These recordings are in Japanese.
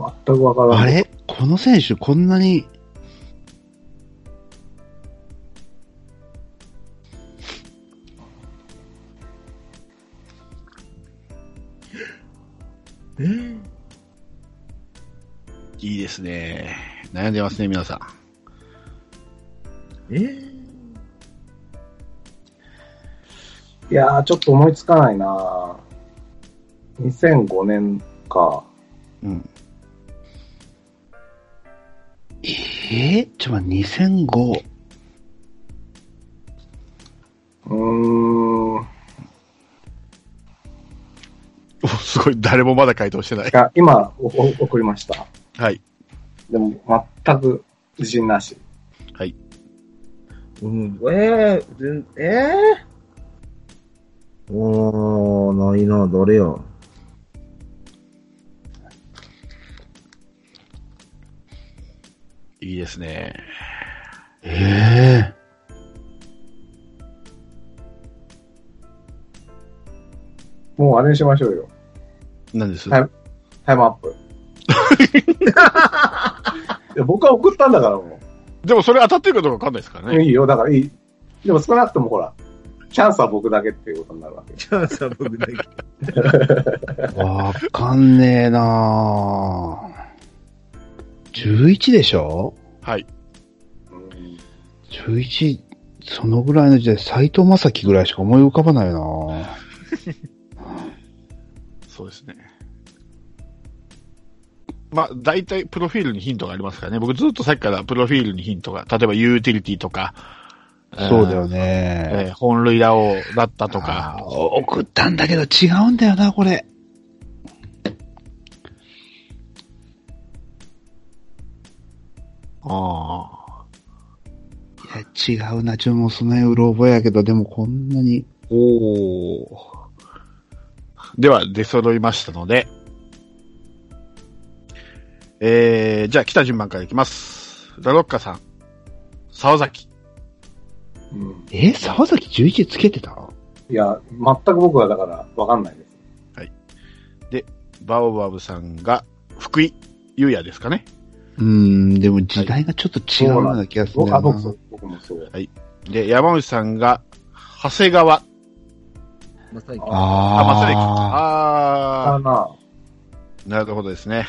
全くわからない。 あれこの選手こんなに、 いいですね。悩んでますね、皆さん。 いやー、ちょっと思いつかないな2005年か。 うん。 ちょ、2005。 お、すごい、誰もまだ回答してない。 いや、今、送りました。 はい。 でも、全く自信なし。 はい。 ないな、誰や。 いいですね。 もうあれにしましょうよ。 何です？ タイムアップ。いや僕は送ったんだからもでもそれ当たってるかどうかわかんないですからう。 ね。 いいよ、だからいい。でも少なくともほら、チャンスは僕だけっていうことになるわけ。 チャンスは僕だけ。 わかんねえなぁ。11でしょ？ はい。 11、そのぐらいの時代、斎藤正樹ぐらいしか思い浮かばないなぁ。 そうですね。まあ、大体プロフィールにヒントがありますからね。僕ずっとさっきからプロフィールにヒントが、例えばユーティリティとか、 そうだよね。 本塁打王だったとか。 送ったんだけど違うんだよな、これ。 ああ。いや、違うな。ちょっともうその辺うろ覚えやけど、でもこんなに。 おー。では、出揃いましたので、じゃあ来た順番からいきます。ラロッカさん、沢崎。 沢崎11つけてた？ いや、全く僕はだからわかんないです。 はい。で、バオバブさんが、福井優也ですかね。 でも時代がちょっと違うような気がするんだよな。 僕もそう。 はい。で、山内さんが、長谷川。 まさに。 正幸。なるほどですね。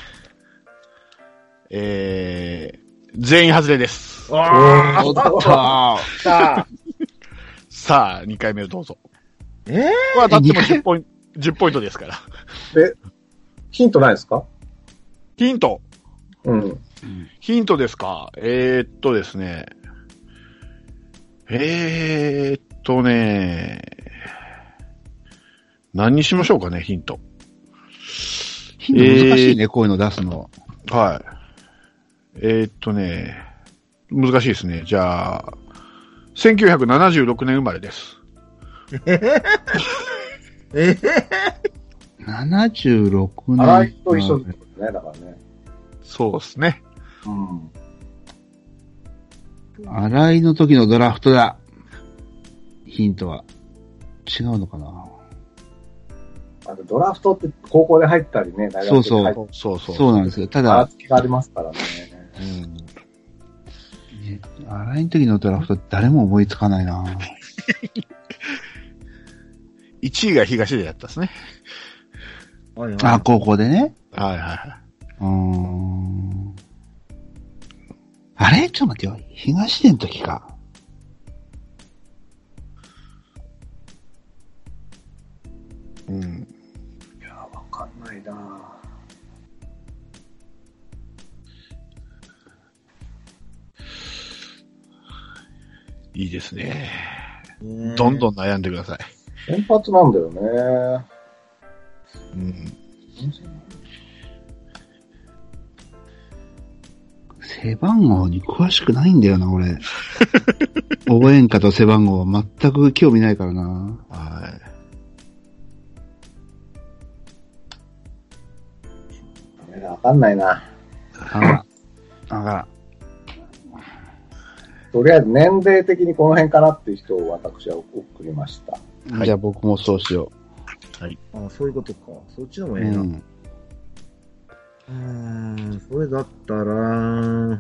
全員外れです。 おっとさあ、2回目をどうぞ。これはだっても10ポイントですから。 ヒントないですか？ ヒント。ヒントですか？ですね。何にしましょうかね、ヒント。 ヒント難しいね、こういうの出すの。 はい。難しいですね。じゃあ、1976年生まれです。 76年。 荒井と一緒ですね、だからね。 そうですね。 荒井の時のドラフトだ。ヒントは。違うのかな？ ドラフトって高校で入ったりね、大学で入ったり。 そうなんですよ。ただ、 ばらつきがありますからね。 荒井の時のドラフト誰も思いつかないな 1位が東出だったですね。 あ、高校でね。 はいはいはい。 あれちょっと待ってよ。東出の時か。 いや、わかんないな。 いいですね。どんどん悩んでください。 先発なんだよね。 背番号に詳しくないんだよな、俺。応援歌と背番号は全く興味ないからな。 はい。 わかんないな。とりあえず年齢的にこの辺かなっていう人を私は送りました。 じゃあ僕もそうしよう。はい。 そういうことか。そっちのもええな。 これだったら、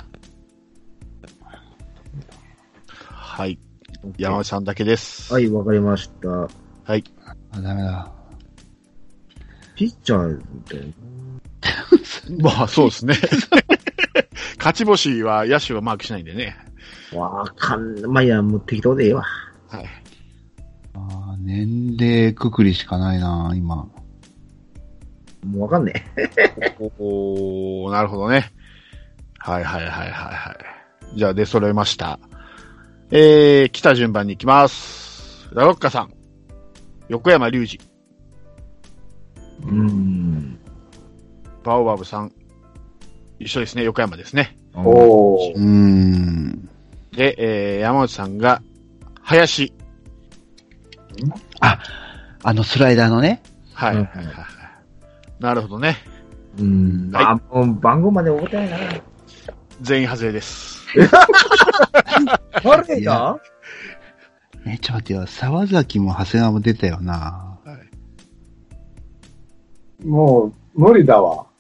はい。山内さんだけです。 はい、わかりました。 はい。 あ、ダメだ。 ピッチャーだよね。 まあ、そうですね。勝ち星は野手はマークしないんでね。 わかんない。まあ、いや、もう適当でええわ。 はい。 あ、年齢くくりしかないな、今。 もうわかんねえ。 おー、なるほどね。はいはいはいはいはい。じゃあ出揃えました。来た順番に行きます。ラロッカさん。横山隆二。バオバブさん。一緒ですね。横山ですね。 おー。 で、山内さんが、林。 あ、スライダーのね。 はい。なるほどね。 はい。もう番号まで覚えたいな。 全員外れです。 あれだちょっと待ってよ。沢崎も長谷川も出たよな。 はい、 もう、無理だわ。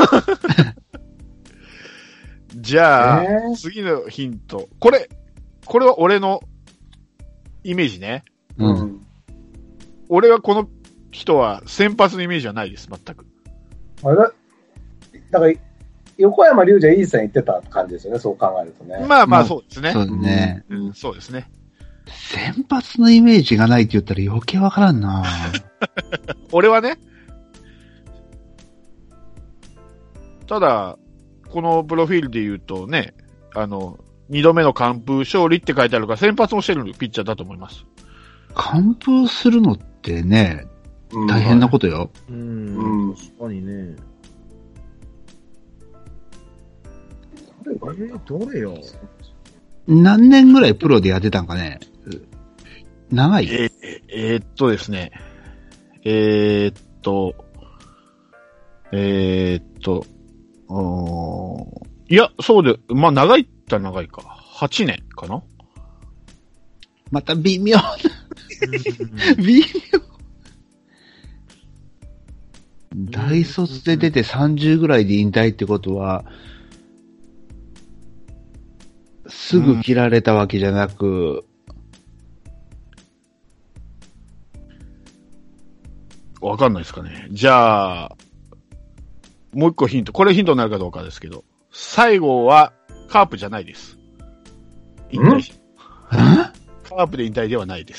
じゃあ、次のヒント。これは俺のイメージね。 うん。 俺はこの人は先発のイメージはないです、全く。 あれだから、横山隆二はいい線いってた感じですよね、そう考えるとね。 まあまあ、そうですね。 そうですね。 そうですね。 先発のイメージがないって言ったら余計わからんな俺はね、ただ、このプロフィールで言うとね、二度目の完封勝利って書いてあるから、先発もしてるピッチャーだと思います。 完封するのってね、大変なことよ。 確かにね。どれよ。 何年ぐらいプロでやってたんかね。長い？ ですね。いや、そうで、まあ長いったら長いか。8年かな？ また微妙な。微妙。大卒で出て30ぐらいで引退ってことは、すぐ切られたわけじゃなく、 わかんないですかね。じゃあ、もう一個ヒント。これヒントになるかどうかですけど、最後はカープじゃないです。引退。カープで引退ではないです。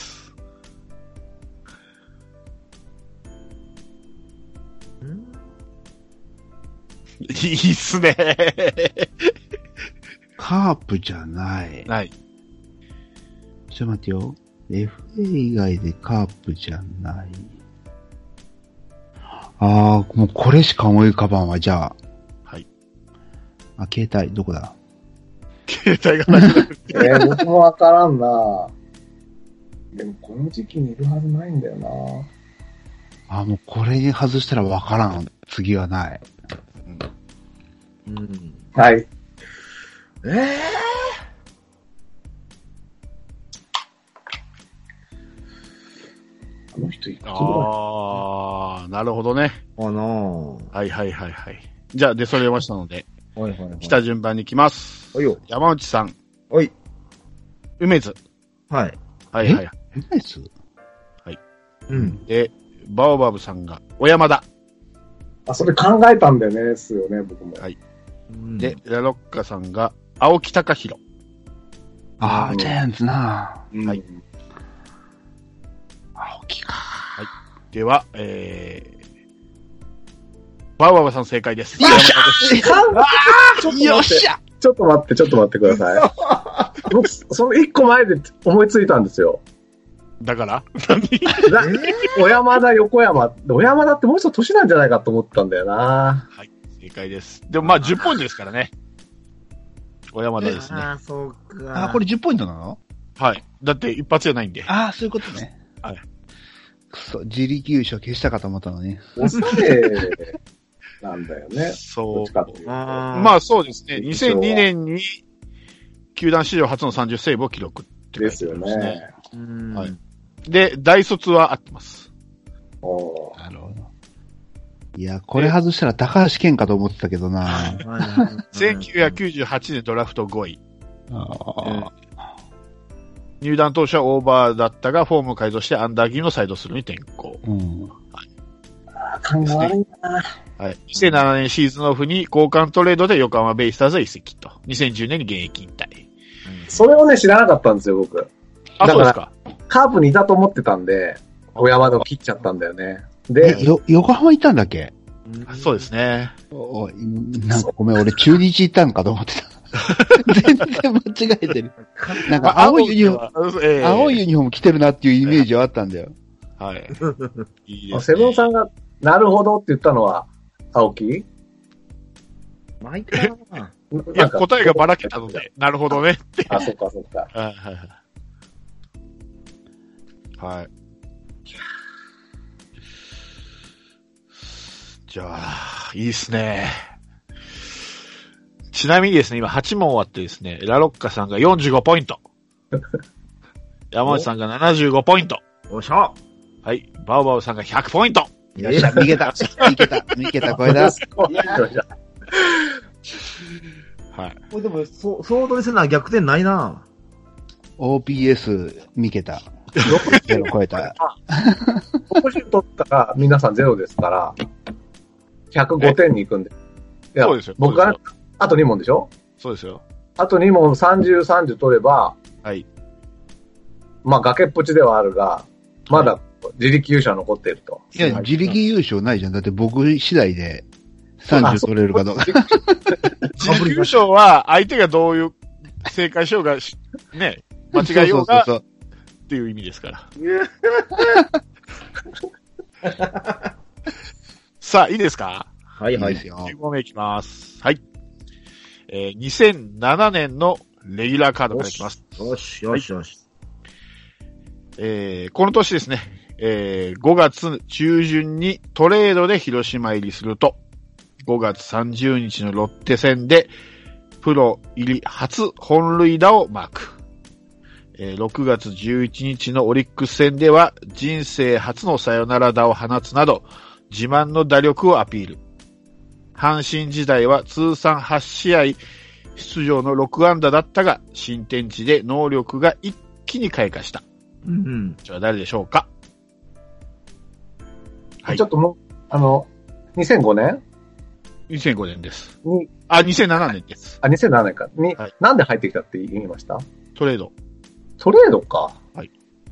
いいっすね。 カープじゃない。 ない。 ちょっと待ってよ。FA 以外でカープじゃない。もうこれしか思い浮かばんわ、じゃあ。 はい。 携帯、どこだ？ 携帯がなくなる。 僕もわからんな。でもこの時期にいるはずないんだよな。 もうこれ外したらわからん。次はない。 はい。あの人いくつぐらい？ なるほどね。はいはいはいはい。じゃあ出揃えましたので、来た順番に行きます。山内さん。梅津。 はい。 はいはい。 梅津？ はい。で、バオバブさんが小山田。 それ考えたんだよね、ですよね、僕も。 はい。で、ラロッカさんが青木隆弘。 ジャイアンツな。 はい。 青木か。 はい。では、バウバウさん正解です。 よっしゃよっしゃちょっと待ってください。僕、その一個前で思いついたんですよ。 だから小山田、横山。小山田ってもう一つ年なんじゃないかと思ったんだよな。 はい。正解です。でもまあ10ポイントですからね。小山田ですね。 そうか。 これ10ポイントなの？ はい。だって一発じゃないんで。 そういうことね。 はい。 くそ、自力優勝消したかと思ったのに。 抑えなんだよね。 そう。 まあそうですね。2002年に球団史上初の30セーブを記録ってですよね。 はい。で、大卒は合ってます。 なるほど。 いや、これ外したら高橋健かと思ってたけどな。 1998年ドラフト5位。 あ入団当初はオーバーだったが、フォームを改造してアンダー気味のサイドスルーに転向。 うん。 勘が悪いな。 はい。2007年シーズンオフに交換トレードで横浜ベイスターズへ移籍と。2010年に現役引退。 それをね、知らなかったんですよ、僕。 あ、そうですか。 カープにいたと思ってたんで、小山田を切っちゃったんでね。で、 横浜行ったんだっけ？ そうですね。 おい、なんかごめん、俺中日行ったんかと思ってた。全然間違えてる。なんか青いユニフォーム、青いユニフォーム着てるなっていうイメージはあったんだよ。 はい。いいですね。 セブンさんが、なるほどって言ったのは、青木？ 巻いてたな。 いや、答えがばらけたので、なるほどねって。 あ、そっかそっか。 はいはいはい。はい。じゃあ、いいですね。ちなみにですね、今8問終わってですね、ラロッカさんが45ポイント。山内さんが75ポイント。 おっしゃ。 はい。バウバウさんが100ポイント。 よっしゃ、逃げた。逃げた、これだ。 はい。 これでも、総取りするのは逆転ないな。 OPS、見けた。0超えた。 60取ったら皆さんゼロですから、105点に行くんで。いやそうですよ。 僕が、あと2問でしょ？ そうですよ。 あと2問30、30取れば、 はい。 まあ崖っぷちではあるが、まだ自力優勝残っていると。 いや、自力優勝ないじゃん。だって僕次第で30取れるかどうか。 自力優勝は相手がどういう正解しようが、ね、間違いようが、っていう意味ですから。さあ、いいですか？ はいはい。 10問目いきます。はい。2007年のレギュラーカードからいきます。 よし、よし、よし。 この年ですね、5月中旬にトレードで広島入りすると、5月30日のロッテ戦で、プロ入り初本塁打をマーク。6月11日のオリックス戦では、人生初のサヨナラ打を放つなど、自慢の打力をアピール。阪神時代は通算8試合出場の6安打だったが、新天地で能力が一気に開花した。 うん。 じゃあ誰でしょうか？はい。 ちょっともう、2005年 2005年です。 に、 2007年です。 2007年か。に、 はい、 なんで入ってきたって言いました？ トレード。 トレードか。 はい。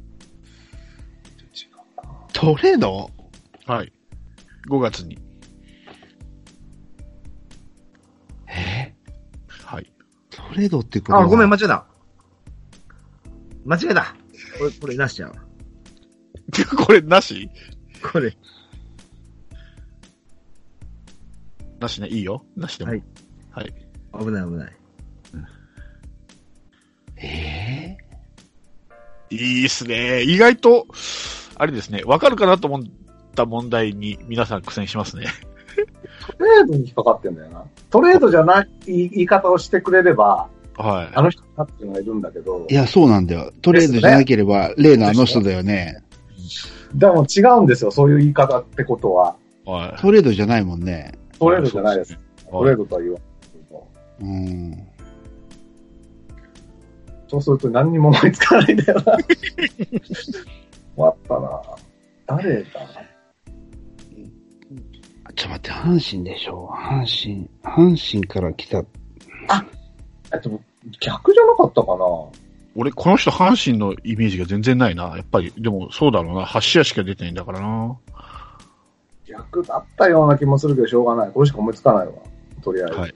トレード？ はい。5月に。はい。 トレードってことは。 あ、ごめん、間違えた。これなしちゃう。 これなし？ これ。 なしね、いいよ。なしでも。 はい。 はい。 危ない危ない。 いいっすね。意外と、あれですね、わかるかなと思った問題に皆さん苦戦しますね。 トレードに引っかかってんだよな。トレードじゃない言い方をしてくれれば、 はい。 あの人かっていうのがいるんだけど。 いや、そうなんだよ。トレードじゃなければ、例のあの人だよね。 でも違うんですよ、そういう言い方ってことは。 はい。 トレードじゃないもんね。 トレードじゃないです。トレードとは言わないけど。そうすると何にも思いつかないんだよな。終わったな。誰だ？ ちょっと待って、阪神でしょ。阪神から来た。 逆じゃなかったかな。 俺、この人阪神のイメージが全然ないな。やっぱり、でもそうだろうな。8試合しか出てないんだからな。 逆だったような気もするけどしょうがない。これしか思いつかないわ。とりあえず。 はい。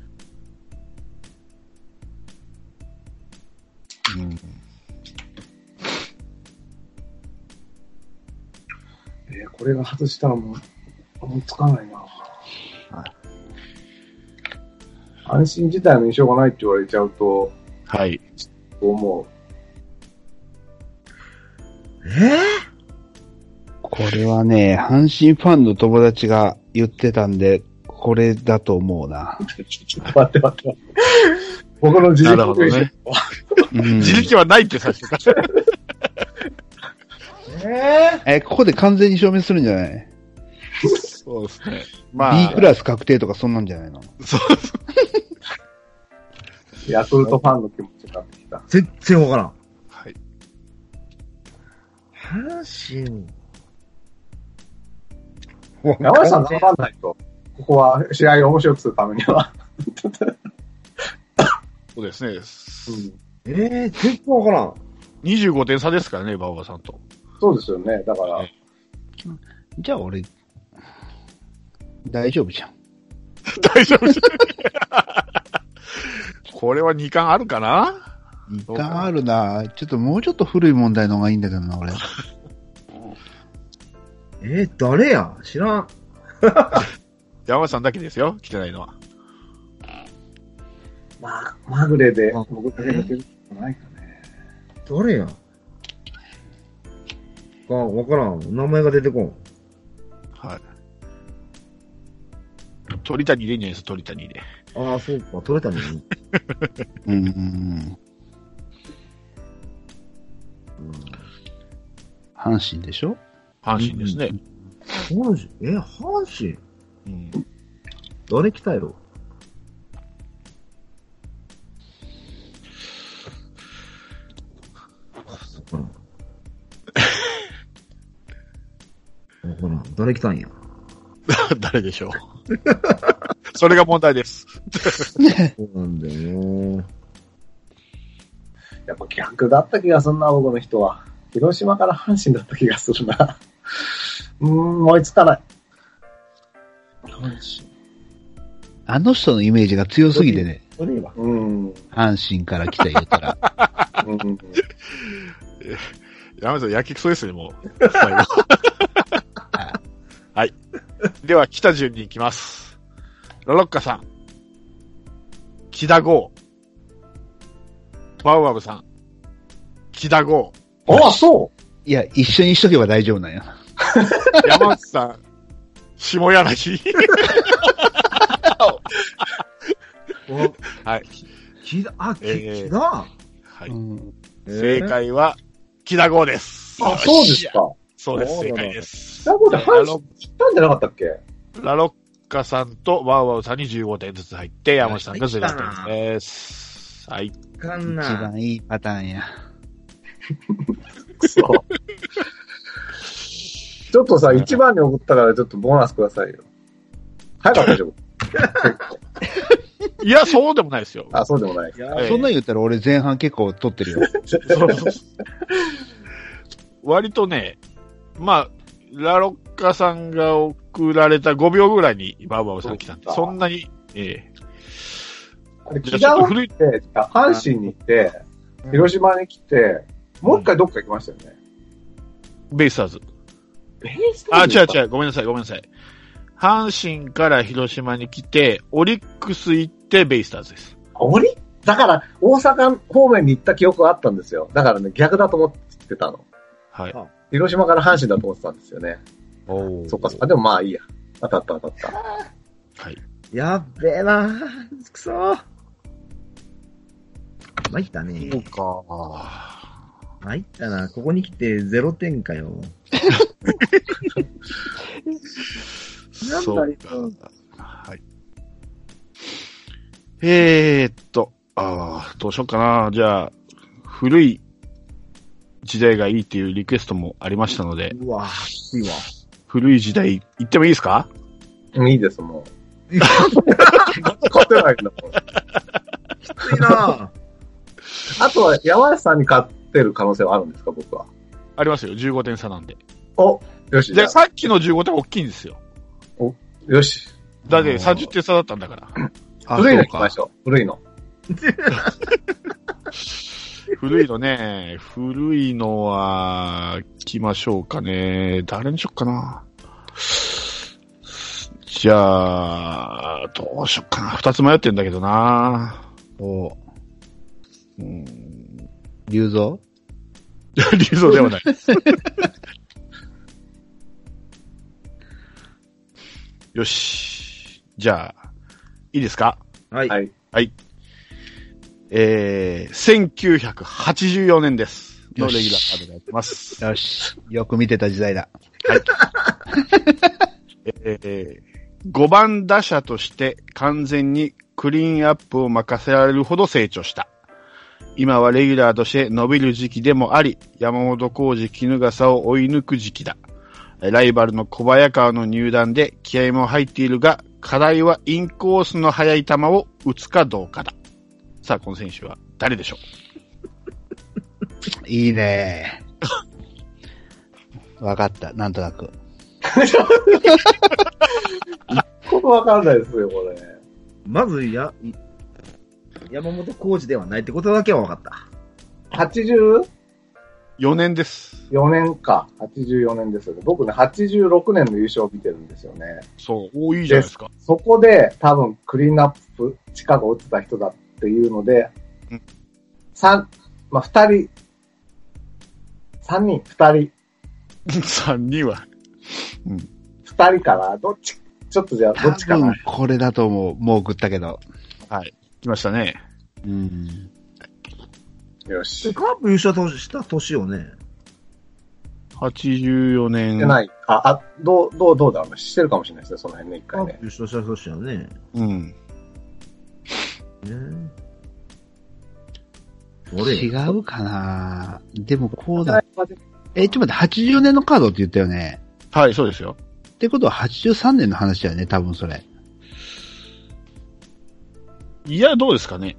これが外したらもう思いつかないな。はい。阪神自体の印象がないって言われちゃうと、 はい。 思う。 これはね、阪神ファンの友達が言ってたんで、これだと思うな。 ちょっと待って。僕の自力なるほどね。自力はないって最初から。 ここで完全に証明するんじゃない？ そうですね。 B クラス確定とかそんなんじゃないの？ そうヤクルトファンの気持ちになってきた。 全然わからん。 はい。 阪神。 山下さん頑張んないと。ここは試合を面白くするためには。 そうですね。 全然わからん。 25点差ですからね、バオバさんと。 そうですよね。だから。 じゃあ俺、大丈夫じゃん。 大丈夫じゃん。これは2冠あるかな ?2 冠あるな。ちょっともうちょっと古い問題の方がいいんだけどな、俺。 誰や知らん。 山内さんだけですよ、来てないのは。 まぐれで僕だけ抜けることないかね。 誰やわからん。名前が出てこん。 はい。鳥谷でいいんじゃないですか、鳥谷で。 ああ、そうか、取れたね。 阪神でしょ？ 阪神ですね。 阪神誰来たよ。ほら、誰来たんや。 誰でしょう。それが問題です。 そうなんだよ。 やっぱ逆だった気がするな、僕の人は。広島から阪神だった気がするな。思いつかない。 あの人のイメージが強すぎてね。阪神から来た言うたら。 山内さん、やけくそですね、もう。最後。はい。では、来た順に行きます。ラロッカさん。木田剛。バウアブさん。木田剛。 あ、そういや、一緒にしとけば大丈夫なんや。 山内さん。下柳。はい。 木田はい。正解は、木田剛です。 あ、そうですか。 そうです、正解です。 木田剛で阪神来たんじゃなかったっけ？ ラロッカさんとワウワウさんに15点ずつ入って、山内さんが0点です。はい。 一番いいパターンや。 そう。ちょっとさ、1番に送ったからちょっとボーナスくださいよ。早かったでしょ？ いや、そうでもないですよ。 あ、そうでもない。 そんなん言ったら俺前半結構取ってるよ。 割とね、まあ、ラロッカさんが送られた5秒ぐらいにバウバウさん来たんで、そんなに、 あれ、木田をって、阪神に行って、広島に来て、もう一回どっか行きましたよね。 ベイスターズ。違う、ごめんなさい。阪神から広島に来て、オリックス行ってベイスターズです。 だから、大阪方面に行った記憶があったんですよ。だからね、逆だと思ってたの。 はい。 広島から阪神だと思ってたんですよね。そっか、でもまあいいや。当たった。 はい。 やっべえなくそー。参ったね。 そうか。 参ったな。ここに来て0点かよ。 そうか。はい。どうしようかな。じゃあ、古い時代がいいっていうリクエストもありましたので。 うわいいわ。 古い時代行ってもいいですか？ いいです、もう。勝てないんだもん。 きついなあとは、山内さんに勝ってる可能性はあるんですか、僕は。 ありますよ。15点差なんで。 よし。 で、さっきの15点大きいんですよ。 よし。 だって30点差だったんだから。 古いの行きましょう。古いの。 古いのは、来ましょうかね。誰にしよっかな。じゃあ、どうしよっかな。2つ迷ってんだけどな。 龍造龍造ではない。よし。じゃあ、いいですか？ はい。 1984年です。のレギュラーカードでやってます。 よし。よく見てた時代だ。 5番打者として完全にクリーンアップを任せられるほど成長した。今はレギュラーとして伸びる時期でもあり、山本浩二、衣笠を追い抜く時期だ。ライバルの小早川の入団で気合も入っているが、課題はインコースの速い球を打つかどうかだ。さあ、この選手は誰でしょう。いいね。わかった、なんとなく。 一個もわかんないですよ、これ。 まず山本浩二ではないってことだけは分かった。 84 年です。 4年か。84年ですよね。僕ね、86年の優勝を見てるんですよね。 そう。いいじゃないですか。 そこで、多分、クリーンアップ、地下が打ってた人だっていうので、2人、3 人は。 うん。2人かなちょっとじゃあ、どっちかな。多分これだと思う。もう送ったけど。 はい。来ましたね。 うん。 よし。 カープ優勝した年よね。 84年。 してない。どうだろうね。してるかもしれないですね、その辺ね、一回ね。 優勝した年よね。 うん。 違うかなでもこうだ。ちょっと待って、84年のカードって言ったよね。 はい、そうですよ。 ってことは83年の話だよね、多分それ。 いや、どうですかね。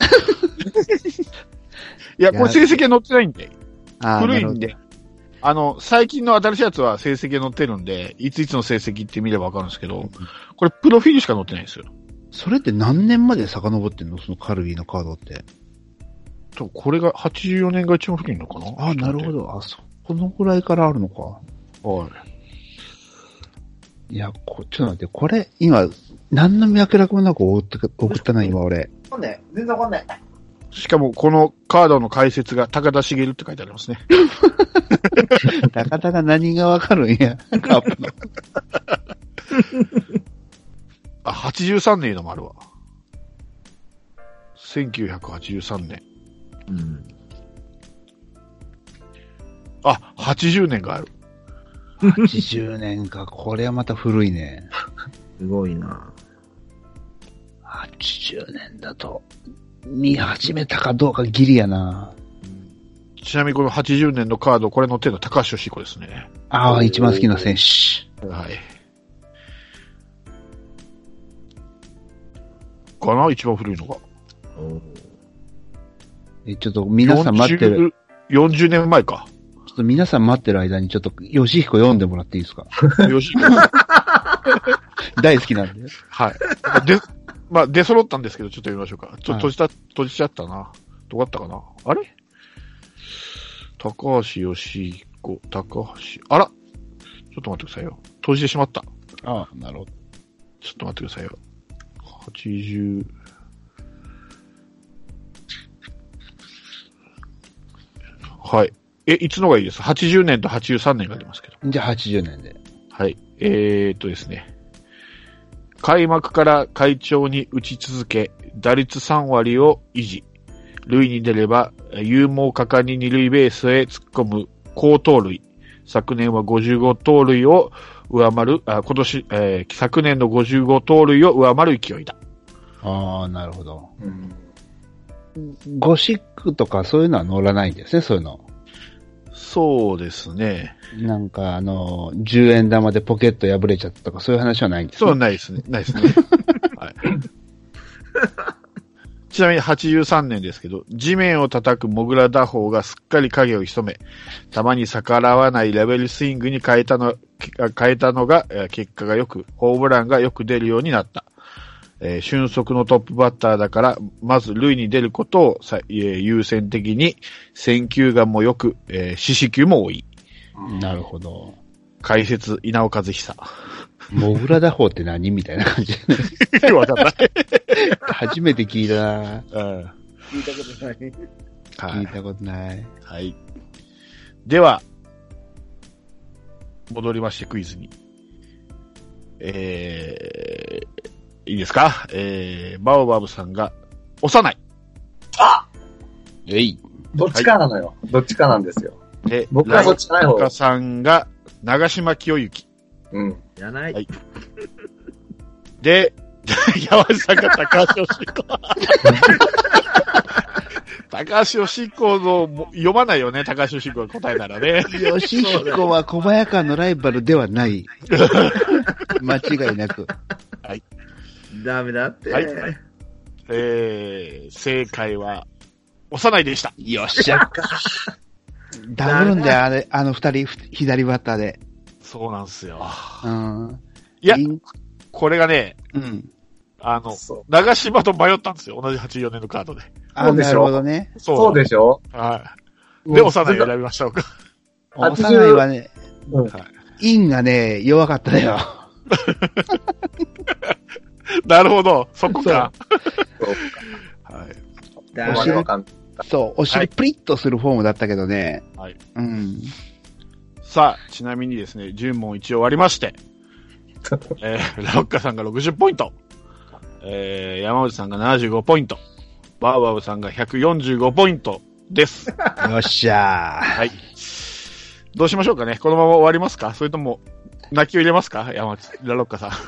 いや、これ成績が載ってないんで。古いんで。最近の新しいやつは成績が載ってるんで、いつの成績って見ればわかるんですけど、これプロフィールしか載ってないんですよ。 それって何年まで遡ってんのそのカルビーのカードって。 これが84年が一番古いのかな。 なるほど。このぐらいからあるのか。 はい。 いや、ちょっと待って、これ、今、何の脈絡もなく送ったな、今俺。 わかんない。全然わかんない。 しかも、このカードの解説が高田茂って書いてありますね。 高田が何がわかるんや、カープの。 83年のもあるわ。1983年。 うん。 80年がある。 80年か、これはまた古いね。 すごいな。 80年だと、見始めたかどうかギリやな。 ちなみにこの80年のカード、これ載ってるの高橋義彦ですね。 一番好きな選手。 はい。かな一番古いのが。 ちょっと皆さん待ってる。 40年前か。 ちょっと皆さん待ってる間にちょっと、吉彦読んでもらっていいですか吉彦。 大好きなんで。 はい。出揃ったんですけど、ちょっと読みましょうか。閉じちゃったな。どうだったかなあれ高橋義彦、あらちょっと待ってくださいよ。閉じてしまった。 なるほど。 ちょっと待ってくださいよ。80、はい。いつのがいいです ?80 年と83年が出ますけど。 じゃあ80年で。 はい。ですね。開幕から快調に打ち続け、打率3割を維持。塁に出れば、勇猛果敢に二塁ベースへ突っ込む好盗塁。昨年は55盗塁を上回る、昨年の55盗塁を上回る勢いだ。 なるほど。ゴシックとかそういうのは乗らないんですね、そういうの。 そうですね。 なんか10円玉でポケット破れちゃったとかそういう話はないんですね。 そうないですね。ないですね。はい。ちなみに83年ですけど、地面を叩くモグラ打法がすっかり影を潜め、球に逆らわないレベルスイングに変えたのが、結果が良く、ホームランがよく出るようになった。俊足のトップバッターだから、まず塁に出ることを優先的に、選球眼も良く、四死球も多い。 なるほど。 解説、稲尾和久。 モグラ打法って何みたいな感じ。 わかんない。 初めて聞いたな。 聞いたことない。 聞いたことない。 はい。では、戻りましてクイズに。いいですかバオバブさんが、幼い。 どっちかなのよ。どっちかなんですよ。 で、 僕はそっちじゃない方。 ライカさんが、長島清之。 うん。 いらない。 はい。で、山内さんが高橋よしこ。高橋よしこの、読まないよね、高橋よしこが答えならね。 よしひこは小早川のライバルではない。間違いなく。 はい。 ダメだって。 はい。正解は、幼いでした。 よっしゃ。ダブルんだよ、あれ、あの二人、左バッターで。 そうなんすよ。 うん。 いや、これがね、 うん。 長島と迷ったんですよ。同じ84年のカードで。 あ、なるほどね。 そうでしょ？ はい。で、幼い選びましたか。 幼いはね、インがね、弱かったよ。 なるほど。そこか。 はい。 お尻プリッとするフォームだったけどね。 はい。 うん。 さあ、ちなみにですね、10問一応終わりまして、ラロッカさんが60ポイント、山内さんが75ポイント、バーバブさんが145ポイントです。 よっしゃー。 はい。どうしましょうかね。このまま終わりますか？それとも、泣きを入れますか？ラロッカさん。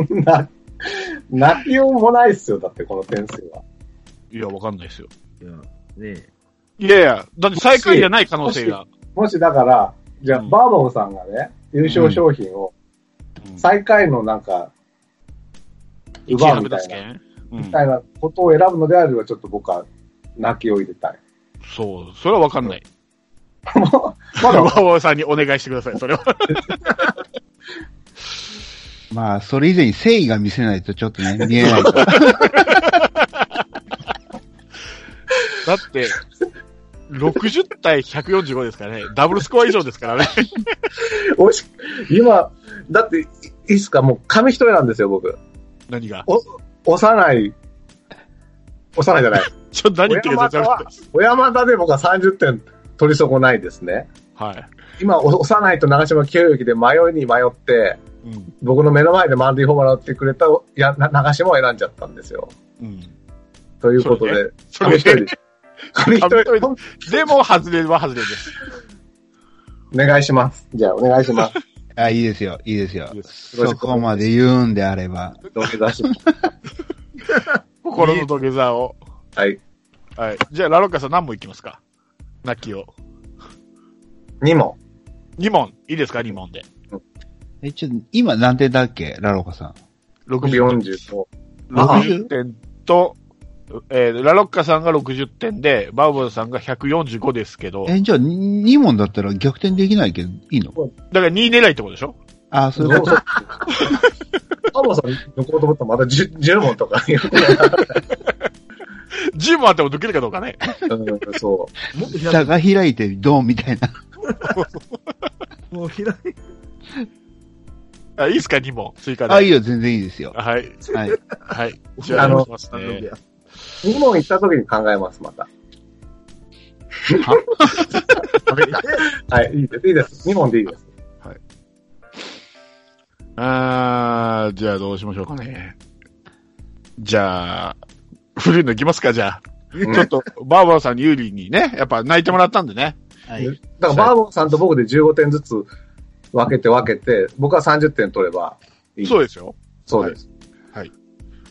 泣きようもないっすよ。だってこの点数は。 いや、わかんないですよ。 いや、ねえ。いやいや、だって最下位じゃない可能性が。 もしだから、じゃあ、バーバブさんがね、優勝商品を、最下位のなんか、奪うみたいな、みたいなことを選ぶのであれば、ちょっと僕は泣きを入れたい。 そう、それはわかんない。 まだ、 バーバブさんにお願いしてください、それは。 まあ、それ以前に誠意が見せないとちょっとね、見えないから。 だって、60対145ですからね。ダブルスコア以上ですからね。 今、だって、いいっすか？もう紙一重なんですよ、僕。 何が？ 幼いじゃない。 ちょっと何言ってるか全然わかんないです。 小山田で僕は30点取り損ないですね。 はい。 今、幼いと長島清之で迷って、 うん、 僕の目の前で満塁ホームラン打ってくれた長島を選んじゃったんですよ。 うん。 ということで、紙一重で。紙一重でも、外れは外れです。 お願いします。じゃあ、お願いします。 あ、いいですよ、いいですよ。そこまで言うんであれば。 土下座します。 心の土下座を。 はい。 はい。じゃあ、ラロッカさん何問いきますか？泣きを。 2問。 2問。いいですか？ 2 問で。 今何点だっけラロッカさん。 60と。 60点と、ラロッカさんが60点で、バウボーさんが145ですけど。 じゃあ2問だったら逆転できないけど、いいの？ だから2狙いってことでしょ？ あ、そういうこと。 バウボーさん抜こうと思ったらまた 10問とか。 10問あっても抜けるかどうかね。 そう。 下が開いてドンみたいな。 もう開いて。 あ、いいですか ?2 問追加で。 あ、いいよ、全然いいですよ。 はい。 はい。 はい。じゃあ、お願いしますね。 2問行った時に考えます、また。はい、いいです。いいです。2問でいいです。 はい。じゃあどうしましょうかね。じゃあ、古いのいきますか、じゃあ。ちょっと、バーバーさんに有利にね、やっぱ泣いてもらったんでね。 はい。 だからバーバーさんと僕で15点ずつ分けて、僕は30点取ればいい。 そうですよ。 そうです。 はい。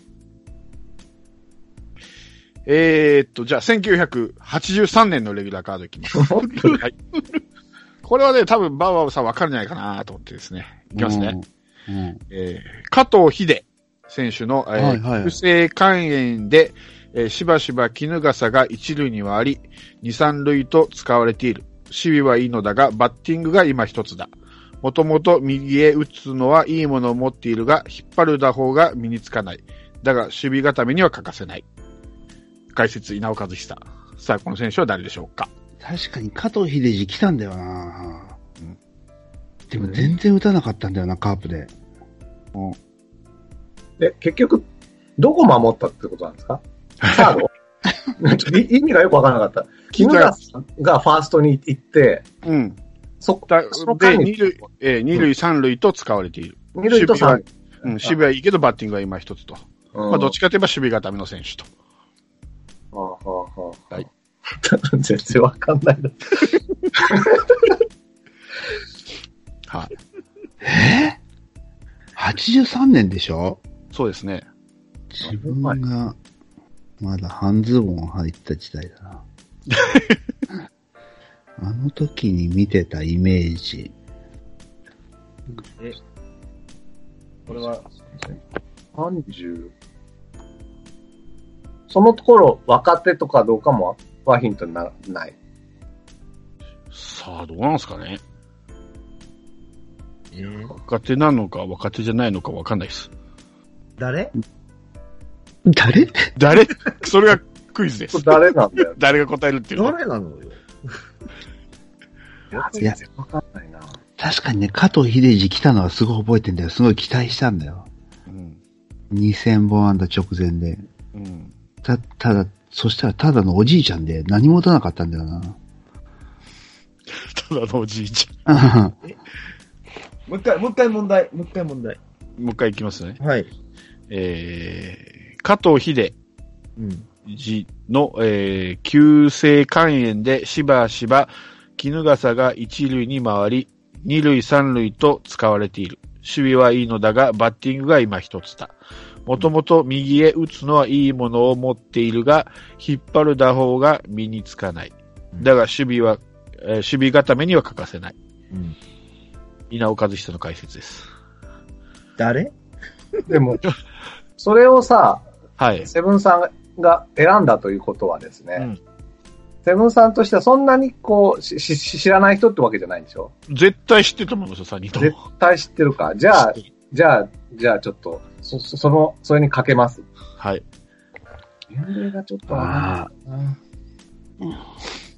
じゃあ、1983年のレギュラーカードいきます。はい。これはね、多分、バーバーさんわかるんじゃないかなと思ってですね。いきますね。加藤秀選手の、急性肝炎で、しばしば衣笠が一塁にはあり、二三塁と使われている。守備はいいのだが、バッティングが今一つだ。もともと右へ打つのはいいものを持っているが、引っ張る打法が身につかない。だが、守備固めには欠かせない。解説、稲尾和久。さあ、この選手は誰でしょうか？ 確かに加藤秀治来たんだよな、でも全然打たなかったんだよな、カープで。 で、結局、どこ守ったってことなんですか？サード意味がよくわからなかった。衣笠がファーストに行って、 うん。で、二塁三塁と使われている。 二塁と三塁。 守備はいいけど、バッティングは今一つと。まあ、どっちかといえば守備固めの選手と。 はい。全然わかんないな。 はい。 83年でしょ？ そうですね。 自分が、まだ半ズボン履いてた時代だな。あの時に見てたイメージ。 これは、 30。そのところ、若手とかどうかもはヒントにならない。 さあ、どうなんですかね。若手なのか若手じゃないのかわかんないです。 誰それがクイズです。 誰なんだよ。 誰が答えるっていうの。 誰なのよ。 いや、わかんないな。 確かにね、加藤秀治来たのはすごい覚えてんだよ。すごい期待したんだよ。 うん。 2000本安打直前で。 うん。 ただ、そしたらただのおじいちゃんで何も打たなかったんだよな。 ただのおじいちゃん。 もう一回問題。 もう一回いきますね。 はい。 加藤秀治の、急性肝炎でしばしば衣笠が一塁に回り、二塁三塁と使われている。守備はいいのだが、バッティングが今一つだ。もともと右へ打つのはいいものを持っているが、引っ張る打法が身につかない。だが守備固めには欠かせない。稲尾和久の解説です。 誰？ でも、それをさ、 はい。 セブンさんが選んだということはですね、セブンさんとしてはそんなに知らない人ってわけじゃないんでしょ？ 絶対知ってると思いますよ、3人とも。 絶対知ってるか。じゃあちょっと、それにかけます。 はい。 年齢がちょっとわかんないな。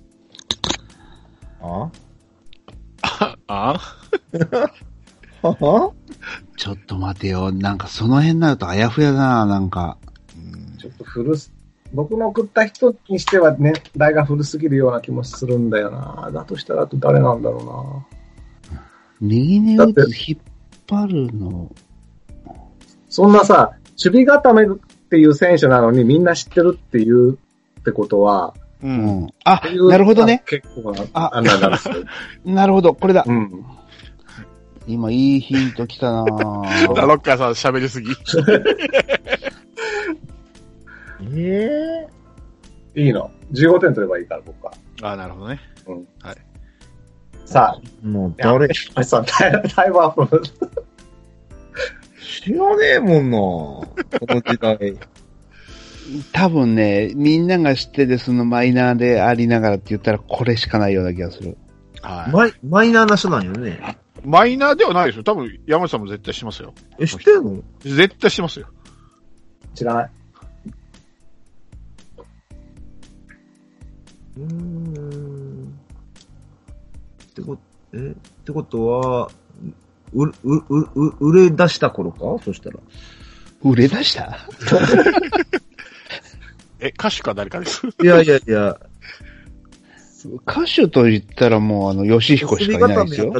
ちょっと待てよ。なんかその辺になるとあやふやだな、なんか。 ちょっと僕の送った人にしては年代が古すぎるような気もするんだよな。だとしたら誰なんだろうな。 右に打つ引っ張るの。 そんなさ、守備固めっていう選手なのにみんな知ってるってことは、 あ、なるほどね。 結構なるほど、これだ。 今いいヒント来たなぁ。 ロッカーさん喋りすぎ。 いいの。15点取ればいいから、僕は。 なるほどね。はい。 さあ。 もう誰さ、タイムアップ。 知らねえもんなこの時代。 多分ね、みんなが知っててそのマイナーでありながらって言ったらこれしかないような気がする。 マイナーな人なんよね。 マイナーではないですよ。多分、山内さんも絶対知ってますよ。 知ってるの？ 絶対知ってますよ。 知らない。 ってことは、売れ出した頃か？そしたら。 売れ出した歌手か誰かです。 いや。 歌手と言ったらもう吉彦しかいないですよ。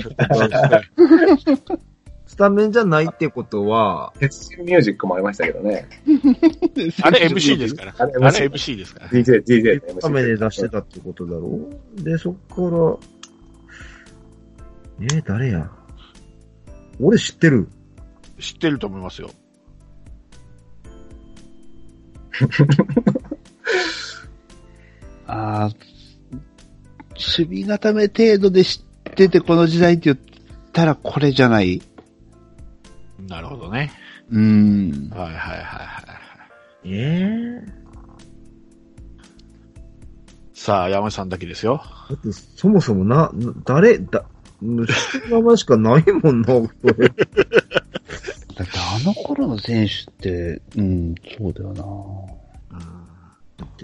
スタメンじゃないってことは、 鉄人ミュージックもありましたけどね。 あれ MC ですから。あれ MC ですから。 DJ で MC。スタメンで出してたってことだろう？で、そっから、誰や？俺知ってる。 知ってると思いますよ。 守備固め程度で知っててこの時代って言ったらこれじゃない。 なるほどね。 はい。 さあ、山内さんだけですよ。 だってそもそも名前しかないもんな、これ。 だってあの頃の選手って、そうだよな。 だって、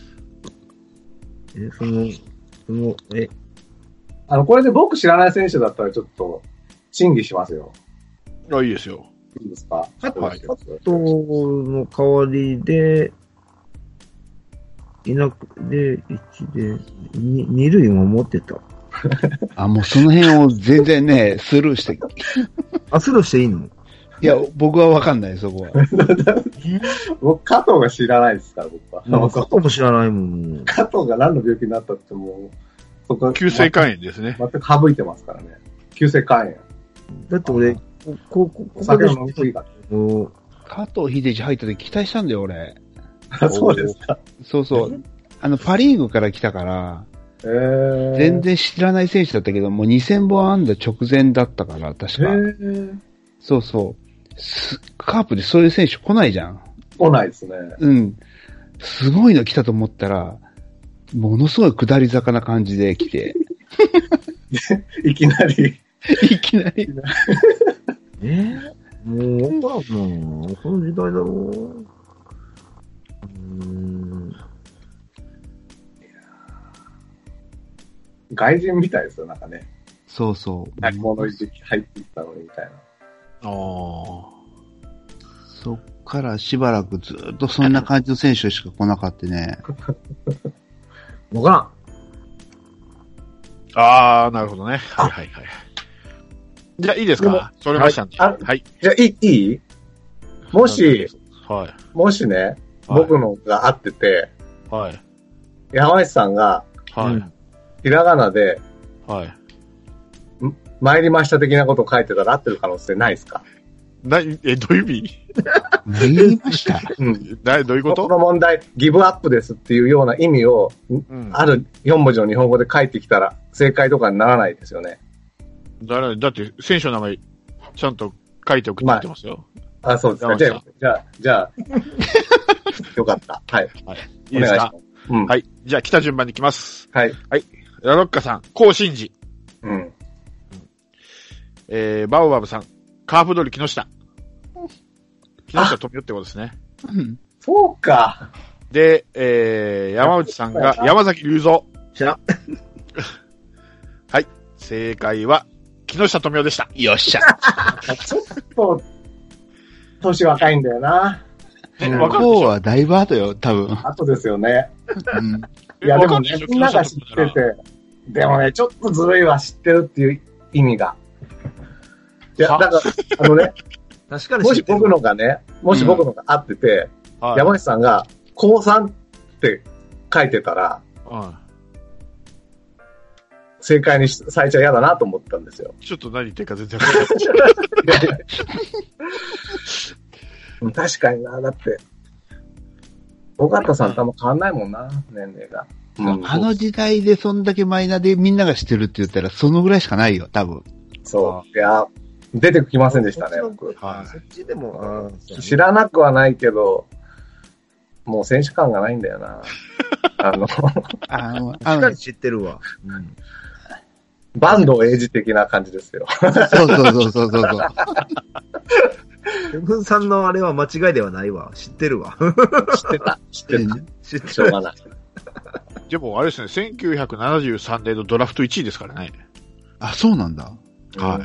これで僕知らない選手だったらちょっと、審議しますよ。 いいですよ。 いいですか？ カットの代わりで、1で、2塁も持ってた。 もうその辺を全然ね、スルーして。 スルーしていいの？ いや、僕はわかんない、そこは。 僕、加藤が知らないですから、僕は。 加藤も知らないもん。 加藤が何の病気になったってもう、 そこは急性肝炎ですね。 全く省いてますからね。急性肝炎。 だって俺、 こ酒の飲みすぎか。 加藤秀治入った時期待したんだよ、俺。 そうですか。 そうそう。パリーグから来たから、全然知らない選手だったけど、もう2000本安打直前だったから、確か。そうそう。カープでそういう選手来ないじゃん。 来ないですね。 うん。すごいの来たと思ったら、ものすごい下り坂な感じで来て。 いきなり。 いきなり。 もう、わからんな。この時代だろう。 外人みたいですよ、なんかね。 そうそう。 何者時期入っていったのにみたいな。 そっからしばらくずっとそんな感じの選手しか来なかったね。 わからん。なるほどね。はいはいはい。じゃあいいですか？それましたんで。はい。 じゃあいいもし、 はい。 もしね、僕のが合ってて、 はい。 山内さんが、 はい。 ひらがなで、 はい。 参りました的なことを書いてたら合ってる可能性ないですか？ どういう意味？ 参りました。 うん。 どういうこと？ この問題、ギブアップですっていうような意味を、ある4文字の日本語で書いてきたら、正解とかにならないですよね。 だって、選手の名前、ちゃんと書いて送ってきてますよ。 そうですか。じゃあ、よかった。はい。 はい。いいですか？はい。じゃあ、来た順番に行きます。 はい。 はい。ラロッカさん、コウシンジ。バオバブさん、カープドリ木下。木下富代ってことですね。 そうか。 で、山内さんが山崎隆三。はい。正解は、木下富代でした。 よっしゃ。 ちょっと、年若いんだよな。 向こうはだいぶ後よ、多分。 後ですよね。いや、でもね、みんなが知ってて、でもね、ちょっとずるいわ、知ってるっていう意味が。いや、だから、 確かにもし僕のが合ってて、山内さんが、高3って書いてたら、正解にされちゃ嫌だなと思ったんですよ。 ちょっと何言ってるか全然わかんない。 確かにな、だって、尾形さんとあんま変わんないもんな、年齢が。 あの時代でそんだけマイナーでみんなが知ってるって言ったら、そのぐらいしかないよ、多分。 そう。いや、出てきませんでしたね、僕。 そっちでも、 知らなくはないけど、もう選手感がないんだよな。 確かに知ってるわ。 バンドエイジ的な感じですよ。 そう。 セブンさんのあれは間違いではないわ。知ってるわ。 知ってた。しょうがない。 でも、あれですね、1973年のドラフト1位ですからね。 あ、そうなんだ。 はい。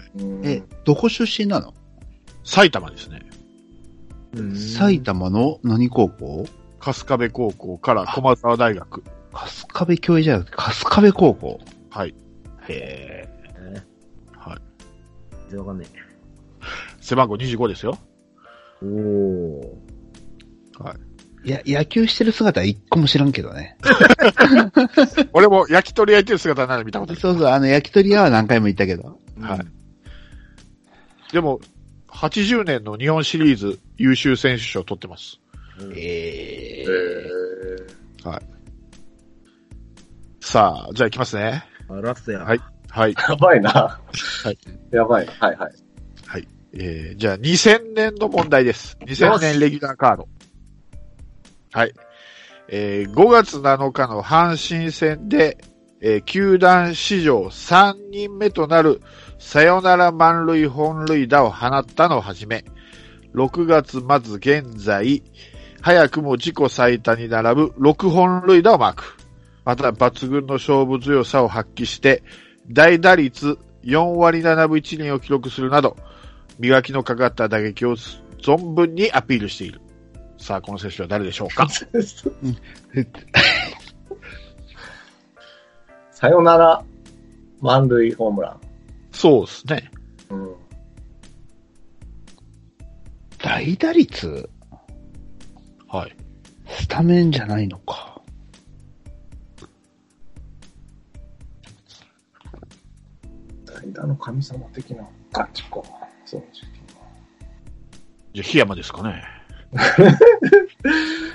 どこ出身なの？ 埼玉ですね。 埼玉の何高校？ 春日部高校から駒澤大学。 春日部教育じゃなくて、春日部高校。 はい。 へー。はい。 全然わかんねえ。 背番号25ですよ。 はい。いや、野球してる姿は一個も知らんけどね。 俺も焼き鳥焼いてる姿なら見たことある。 そう、焼き鳥屋は何回も行ったけど。 はい。でも、80年の日本シリーズ優秀選手賞を取ってます。はい。さあ、じゃあ行きますね。 ラストや。 はい。はい。 やばいな。 はい。 やばい。はい。 はい。じゃあ2000年の問題です。2000年レギュラーカード。はい。5月7日の阪神戦で、球団史上3人目となるサヨナラ満塁本塁打を放ったのをはじめ、6月末現在、早くも自己最多に並ぶ6本塁打をマーク。また抜群の勝負強さを発揮して、大打率4割7分1厘を記録するなど、磨きのかかった打撃を存分にアピールしている。さあ、この選手は誰でしょうか？ さよなら満塁ホームラン。 そうですね。 大打率？ はい。 スタメンじゃないのか。 代打の神様的な感じか。 そう。 じゃあ、檜山ですかね。